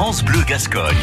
France Bleu Gascogne.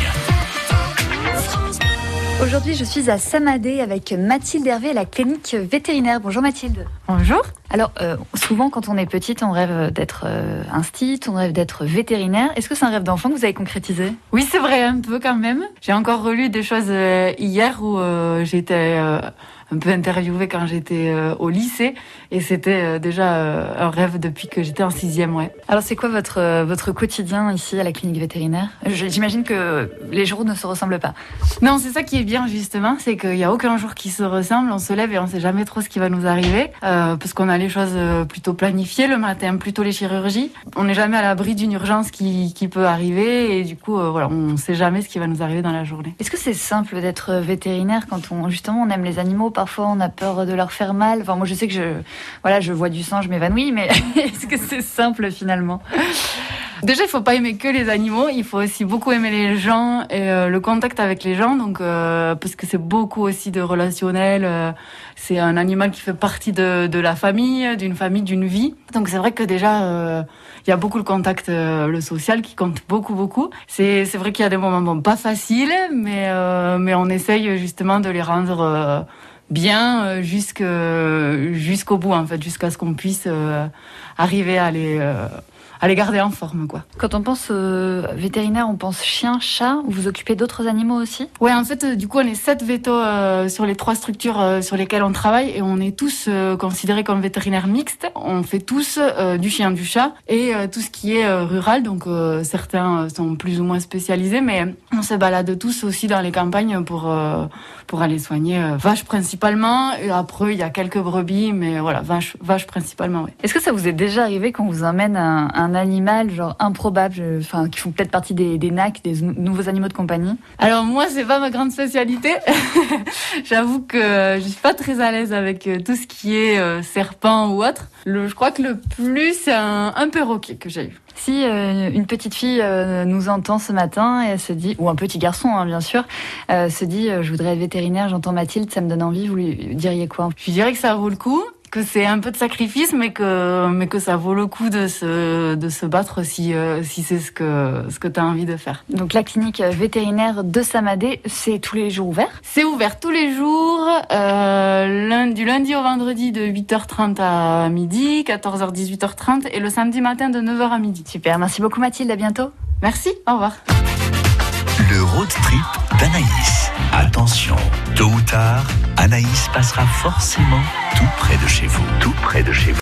Aujourd'hui, je suis à Samadé avec Mathilde Hervé à la clinique vétérinaire. Bonjour Mathilde. Bonjour. Alors, souvent quand on est petite, on rêve d'être instite, on rêve d'être vétérinaire. Est-ce que c'est un rêve d'enfant que vous avez concrétisé ? Oui, c'est vrai, un peu quand même. J'ai encore relu des choses hier où j'étais un peu interviewée quand j'étais au lycée. Et c'était déjà un rêve depuis que j'étais en 6e, ouais. Alors, c'est quoi votre quotidien ici à la clinique vétérinaire ? J'imagine que les jours ne se ressemblent pas. Non, c'est ça qui est bien justement, c'est qu'il n'y a aucun jour qui se ressemble. On se lève et on ne sait jamais trop ce qui va nous arriver. Parce qu'on a les choses plutôt planifiées, le matin plutôt les chirurgies. On n'est jamais à l'abri d'une urgence qui peut arriver et du coup, voilà, on ne sait jamais ce qui va nous arriver dans la journée. Est-ce que c'est simple d'être vétérinaire quand on aime les animaux ? Parfois, on a peur de leur faire mal. Enfin, moi, je sais que je vois du sang, je m'évanouis, mais est-ce que c'est simple finalement ? Déjà, il faut pas aimer que les animaux, il faut aussi beaucoup aimer les gens et le contact avec les gens, donc parce que c'est beaucoup aussi de relationnel. C'est un animal qui fait partie de la famille, d'une vie. Donc c'est vrai que déjà, il y a beaucoup le contact, le social qui compte beaucoup. C'est vrai qu'il y a des moments pas faciles, mais on essaye justement de les rendre bien jusqu'au bout en fait, jusqu'à ce qu'on puisse arriver à les garder en forme, quoi. Quand on pense vétérinaire, on pense chien, chat, ou vous occupez d'autres animaux aussi ? Ouais, en fait, du coup, on est 7 vétos sur les 3 structures sur lesquelles on travaille et on est tous considérés comme vétérinaires mixtes. On fait tous du chien, du chat et tout ce qui est rural, donc certains sont plus ou moins spécialisés, mais on se balade tous aussi dans les campagnes pour aller soigner vaches principalement, et après il y a quelques brebis, mais voilà, vaches principalement, ouais. Est-ce que ça vous est déjà arrivé qu'on vous emmène un animal genre improbable, qui font peut-être partie des NAC, des nouveaux animaux de compagnie ? Alors moi, c'est pas ma grande spécialité. J'avoue que je suis pas très à l'aise avec tout ce qui est serpent ou autre. Je crois que le plus, c'est un perroquet que j'ai eu. Si une petite fille nous entend ce matin et elle se dit, ou un petit garçon bien sûr, se dit je voudrais être vétérinaire, j'entends Mathilde, ça me donne envie, vous lui diriez quoi ? Je dirais que ça vaut le coup, que c'est un peu de sacrifice, mais que ça vaut le coup de se battre si c'est ce que tu as envie de faire. Donc la clinique vétérinaire de Samadé, c'est tous les jours ouvert ? C'est ouvert tous les jours, du lundi au vendredi de 8h30 à midi, 14h 18h30 et le samedi matin de 9h à midi. Super, merci beaucoup Mathilde, à bientôt. Merci, au revoir. Le road trip d'Anaïs. Attention, tôt ou tard, Anaïs passera forcément tout près de chez vous.